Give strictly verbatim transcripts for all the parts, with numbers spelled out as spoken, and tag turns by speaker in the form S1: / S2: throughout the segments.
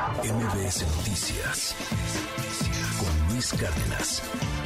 S1: M B S Noticias con Luis Cárdenas.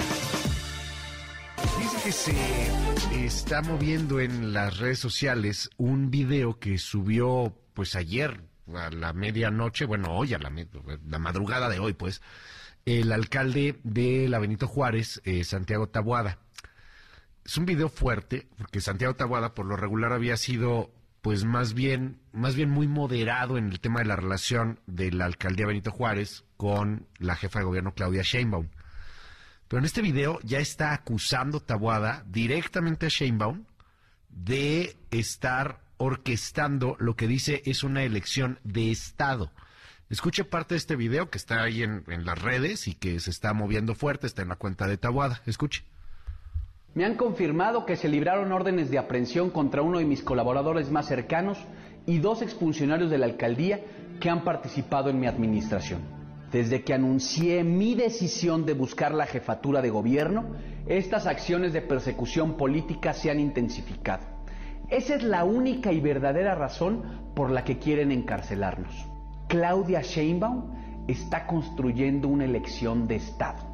S2: Dice que se está moviendo en las redes sociales un video que subió pues ayer a la medianoche, bueno, hoy a la, la madrugada de hoy, pues, el alcalde de la Benito Juárez, eh, Santiago Taboada. Es un video fuerte, porque Santiago Taboada por lo regular había sido pues más bien, más bien muy moderado en el tema de la relación de la alcaldía Benito Juárez con la jefa de gobierno Claudia Sheinbaum. Pero en este video ya está acusando Taboada directamente a Sheinbaum de estar orquestando lo que dice es una elección de Estado. Escuche parte de este video que está ahí en, en las redes y que se está moviendo fuerte, está en la cuenta de Taboada. Escuche.
S3: Me han confirmado que se libraron órdenes de aprehensión contra uno de mis colaboradores más cercanos y dos exfuncionarios de la alcaldía que han participado en mi administración. Desde que anuncié mi decisión de buscar la jefatura de gobierno, estas acciones de persecución política se han intensificado. Esa es la única y verdadera razón por la que quieren encarcelarnos. Claudia Sheinbaum está construyendo una elección de Estado.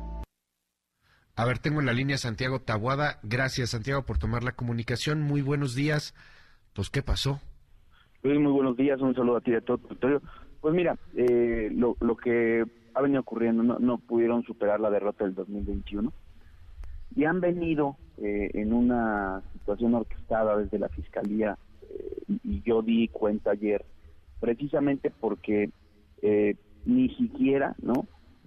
S2: A ver, tengo en la línea Santiago Taboada. Gracias, Santiago, por tomar la comunicación. Muy buenos días. Pues, ¿qué pasó?
S4: Luis, muy buenos días. Un saludo a ti y a todo tu territorio. Pues mira, eh, lo, lo que ha venido ocurriendo, no, no pudieron superar la derrota del dos mil veintiuno y han venido eh, en una situación orquestada desde la Fiscalía, eh, y, y yo di cuenta ayer, precisamente porque eh, ni siquiera, ¿no?,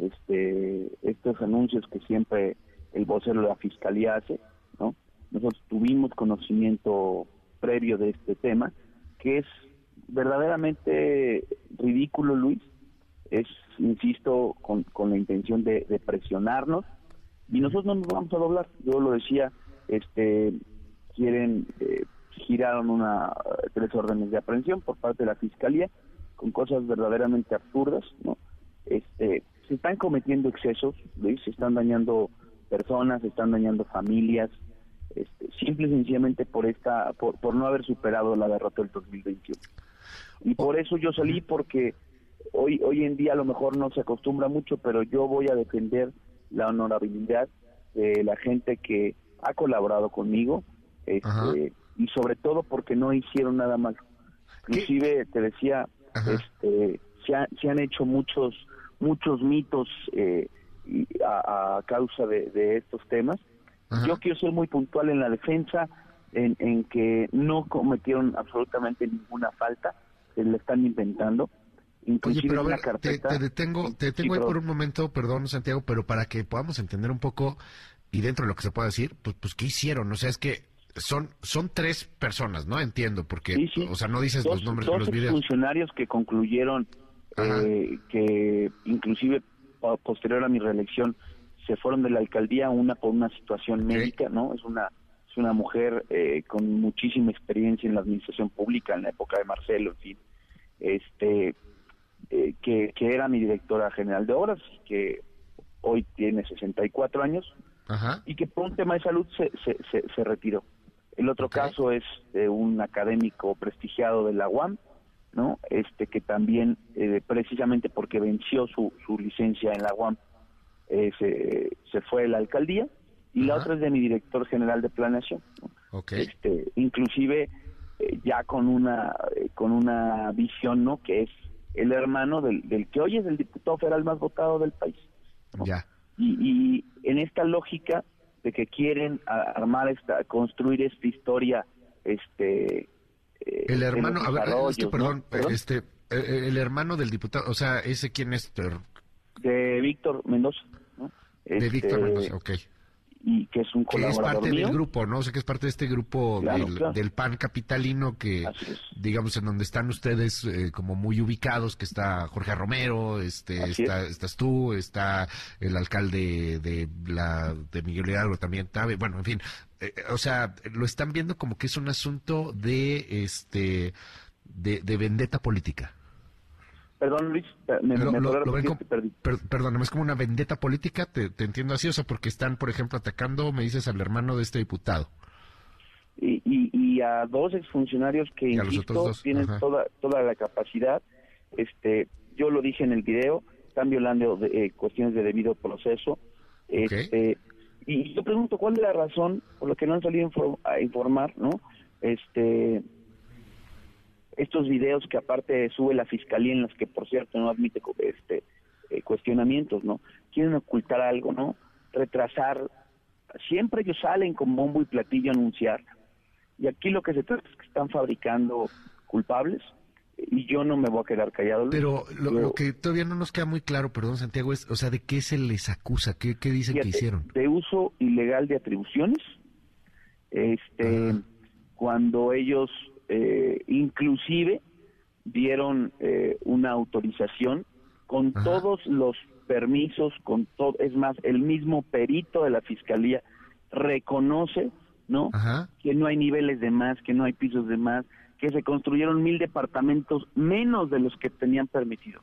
S4: este estos anuncios que siempre el vocero de la Fiscalía hace, ¿no?, nosotros tuvimos conocimiento previo de este tema, que es verdaderamente ridículo, Luis. Es, insisto, con, con la intención de, de presionarnos, y nosotros no nos vamos a doblar. Yo lo decía, este quieren, eh, giraron una tres órdenes de aprehensión por parte de la Fiscalía, con cosas verdaderamente absurdas, ¿no? Este, se están cometiendo excesos, Luis, se están dañando personas, se están dañando familias, este, simple y sencillamente por esta, por, por no haber superado la derrota del dos mil veintiuno. Y por eso yo salí, porque hoy hoy en día a lo mejor no se acostumbra mucho, pero yo voy a defender la honorabilidad de la gente que ha colaborado conmigo, este, y sobre todo porque no hicieron nada malo. Inclusive, ¿qué? Te decía, Ajá. este se, ha, se han hecho muchos muchos mitos eh, a, a causa de, de estos temas. Ajá. Yo quiero ser muy puntual en la defensa, en, en que no cometieron absolutamente ninguna falta, se le están inventando.
S2: Oye, pero a ver, carpeta, te, te detengo, te detengo sí, ahí por un momento, perdón, Santiago, pero para que podamos entender un poco, y dentro de lo que se pueda decir, pues, pues ¿qué hicieron? O sea, es que son son tres personas, ¿no? Entiendo, porque, sí, sí. o sea, no dices dos, los nombres de los videos.
S4: Dos funcionarios que concluyeron, eh, que inclusive posterior a mi reelección se fueron de la alcaldía, una por una situación okay. médica, ¿no? Es una es una mujer eh, con muchísima experiencia en la administración pública, en la época de Marcelo, en fin, este... Eh, que, que era mi directora general de obras, que hoy tiene sesenta y cuatro años, Ajá. y que por un tema de salud se, se, se, se retiró. El otro okay. caso es de un académico prestigiado de la U A M, ¿no? Este que también, eh, precisamente porque venció su, su licencia en la U A M, eh, se, se fue de la alcaldía, y Ajá. la otra es de mi director general de planeación, ¿no? Okay. Este, inclusive eh, ya con una, eh, con una visión, ¿no?, que es el hermano del, del que hoy es el diputado federal más votado del país, ¿no?
S2: Ya.
S4: Y, y en esta lógica de que quieren armar esta, construir esta historia, este,
S2: eh, el hermano, a ver, es que, perdón,
S4: ¿no? ¿Perdón?
S2: este, el, el hermano del diputado, o sea, ese quién es,
S4: de Víctor Mendoza, ¿no?
S2: De este, Víctor Mendoza, okay.
S4: Y que es un colaborador
S2: que es parte
S4: mío.
S2: del grupo, ¿no? O sea, que es parte de este grupo
S4: claro,
S2: del,
S4: claro.
S2: del P A N capitalino, que digamos en donde están ustedes eh, como muy ubicados, que está Jorge Romero, este, está, estás tú, está el alcalde de la de Miguel Hidalgo también, Tabe, bueno, en fin, eh, o sea, lo están viendo como que es un asunto de este de, de vendetta política.
S4: Perdón, Luis, me,
S2: lo,
S4: me
S2: lo, lo ven
S4: que
S2: como,
S4: perdí.
S2: Per, perdóname, es como una vendetta política, te, te entiendo así, o sea, porque están, por ejemplo, atacando, me dices, al hermano de este diputado.
S4: Y, y, y a dos exfuncionarios que,
S2: y
S4: insisto, tienen toda toda la capacidad, este yo lo dije en el video, están violando de, eh, cuestiones de debido proceso.
S2: Okay.
S4: Este, y yo pregunto, ¿cuál es la razón por la que no han salido infor- a informar, no? Este, estos videos que aparte sube la fiscalía, en los que por cierto no admite este eh, cuestionamientos, ¿no? Quieren ocultar algo, ¿no? Retrasar. Siempre ellos salen con bombo y platillo a anunciar. Y aquí lo que se trata es que están fabricando culpables y yo no me voy a quedar callado. Luis.
S2: Pero lo,
S4: yo,
S2: lo que todavía no nos queda muy claro, perdón Santiago, es, o sea, ¿de qué se les acusa? ¿Qué, qué dicen
S4: fíjate,
S2: que hicieron?
S4: De uso ilegal de atribuciones, este, Ajá. cuando ellos eh, inclusive dieron eh, una autorización con Ajá. todos los permisos, con todo, es más, el mismo perito de la fiscalía reconoce, ¿no? Ajá. Que no hay niveles de más, que no hay pisos de más, que se construyeron mil departamentos menos de los que tenían permitidos.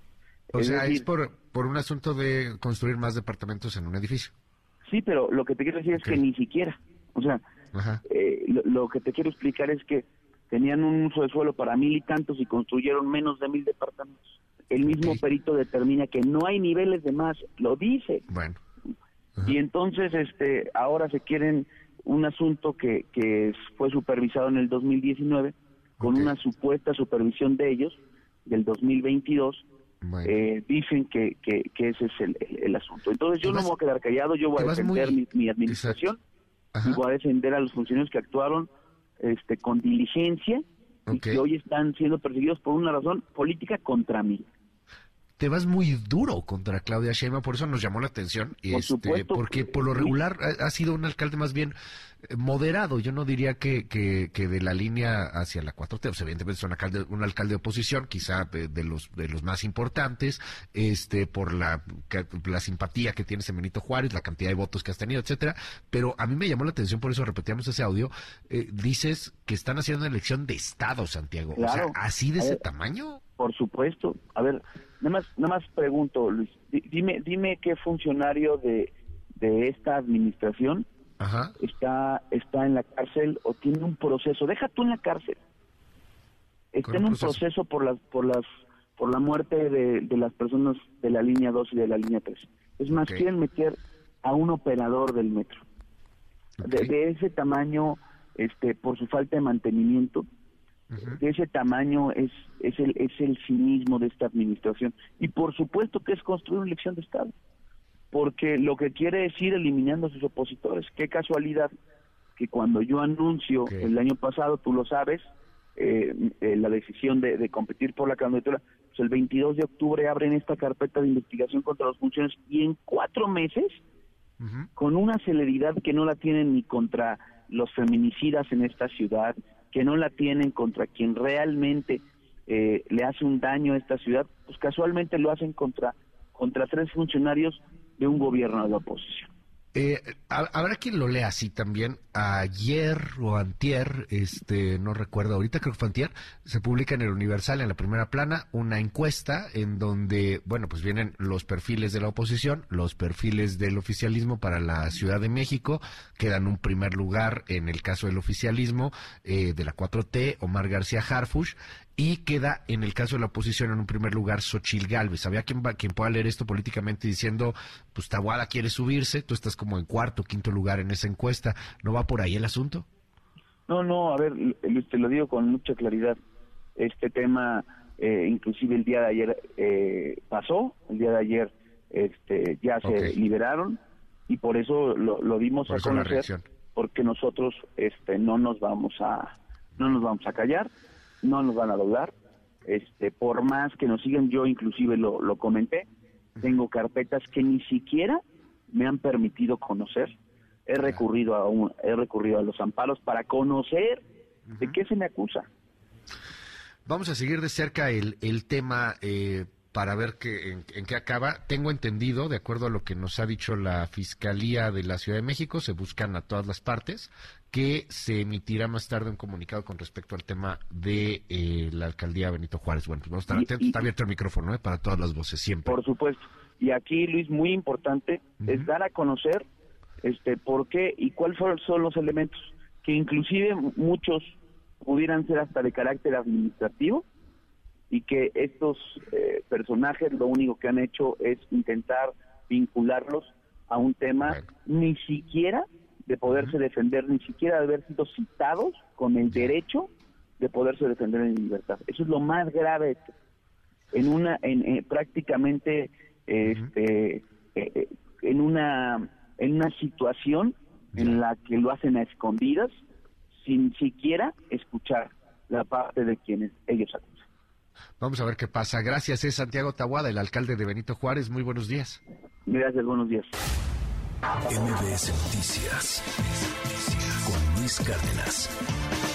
S2: O es sea, decir, es por, por un asunto de construir más departamentos en un edificio.
S4: Sí, pero lo que te quiero decir okay. es que ni siquiera, o sea, eh, lo, lo que te quiero explicar es que tenían un uso de suelo para mil y tantos y construyeron menos de mil departamentos. El mismo okay. perito determina que no hay niveles de más, lo dice.
S2: Bueno.
S4: Ajá. Y entonces, este, ahora se quieren un asunto que, que fue supervisado en el dos mil diecinueve con okay. una supuesta supervisión de ellos del dos mil veintidós. Bueno. Eh, dicen que, que, que ese es el, el, el asunto. Entonces yo no me voy a quedar callado, yo voy a defender muy... mi, mi administración y voy a defender a los funcionarios que actuaron este, con diligencia okay. y que hoy están siendo perseguidos por una razón política contra mí.
S2: Te vas muy duro contra Claudia Sheinbaum, por eso nos llamó la atención,
S4: por
S2: este,
S4: supuesto,
S2: porque por lo regular ha, ha sido un alcalde más bien moderado. Yo no diría que, que, que de la línea hacia la cuatro T, o sea, evidentemente es un alcalde, un alcalde de oposición, quizá de los de los más importantes, este, por la, la simpatía que tienes en Benito Juárez, la cantidad de votos que has tenido, etcétera. Pero a mí me llamó la atención, por eso repetíamos ese audio. Eh, dices que están haciendo una elección de Estado, Santiago.
S4: Claro.
S2: O sea, ¿así de
S4: a
S2: ese
S4: ver,
S2: tamaño?
S4: Por supuesto. A ver, nada más, nada más pregunto, Luis, dime, dime qué funcionario de, de esta administración Ajá. está está en la cárcel o tiene un proceso. Deja tú en la cárcel. Está en un proceso? proceso por las por las por la muerte de, de las personas de la línea dos y de la línea tres. Es más, okay. quieren meter a un operador del metro. Okay. De, de ese tamaño, este, por su falta de mantenimiento, uh-huh. de ese tamaño es es el es el cinismo de esta administración. Y por supuesto que es construir una elección de Estado. Porque lo que quiere es ir eliminando a sus opositores. Qué casualidad que cuando yo anuncio okay. el año pasado, tú lo sabes, eh, eh, la decisión de, de competir por la candidatura, pues el veintidós de octubre abren esta carpeta de investigación contra los funcionarios y en cuatro meses, uh-huh. con una celeridad que no la tienen ni contra los feminicidas en esta ciudad, que no la tienen contra quien realmente eh, le hace un daño a esta ciudad, pues casualmente lo hacen contra, contra tres funcionarios de un gobierno de la oposición.
S2: Eh, habrá quien lo lea así también. Ayer o antier, este, no recuerdo ahorita, creo que fue antier, se publica en el Universal, en la primera plana, una encuesta en donde, bueno, pues vienen los perfiles de la oposición, los perfiles del oficialismo para la Ciudad de México, quedan un primer lugar en el caso del oficialismo, eh, de la cuatro T, Omar García Harfuch, y queda en el caso de la oposición en un primer lugar Xochitl Gálvez. Había quien, quien pueda leer esto políticamente diciendo, pues Taboada quiere subirse, tú estás como en cuarto, quinto lugar en esa encuesta. ¿No va por ahí el asunto?
S4: No, no, a ver, te lo digo con mucha claridad. Este tema, eh, inclusive el día de ayer eh, pasó, el día de ayer este, ya se okay. liberaron y por eso lo, lo dimos por a conocer, porque nosotros este, no nos vamos a, no nos vamos a callar. No nos van a doblar, este, por más que nos sigan, yo inclusive lo, lo comenté, tengo carpetas que ni siquiera me han permitido conocer, he recurrido a un, he recurrido a los amparos para conocer uh-huh. de qué se me acusa.
S2: Vamos a seguir de cerca el, el tema eh, para ver qué, en, en qué acaba. Tengo entendido, de acuerdo a lo que nos ha dicho la Fiscalía de la Ciudad de México, se buscan a todas las partes, que se emitirá más tarde un comunicado con respecto al tema de eh, la alcaldía Benito Juárez. Bueno, pues vamos a estar atentos, está abierto el micrófono ¿eh? para todas las voces, siempre.
S4: Por supuesto. Y aquí, Luis, muy importante, uh-huh. es dar a conocer este por qué y cuáles son los elementos, que inclusive muchos pudieran ser hasta de carácter administrativo, y que estos eh, personajes lo único que han hecho es intentar vincularlos a un tema bueno. ni siquiera de poderse uh-huh. defender, ni siquiera de haber sido citados con el derecho de poderse defender en libertad. Eso es lo más grave en una, en, en prácticamente este, uh-huh. eh, en una, en una situación uh-huh. en la que lo hacen a escondidas, sin siquiera escuchar la parte de quienes ellos acusan.
S2: Vamos a ver qué pasa. Gracias, es Santiago Taboada, el alcalde de Benito Juárez. Muy buenos días.
S4: Gracias, buenos días.
S1: M B S Noticias con Luis Cárdenas.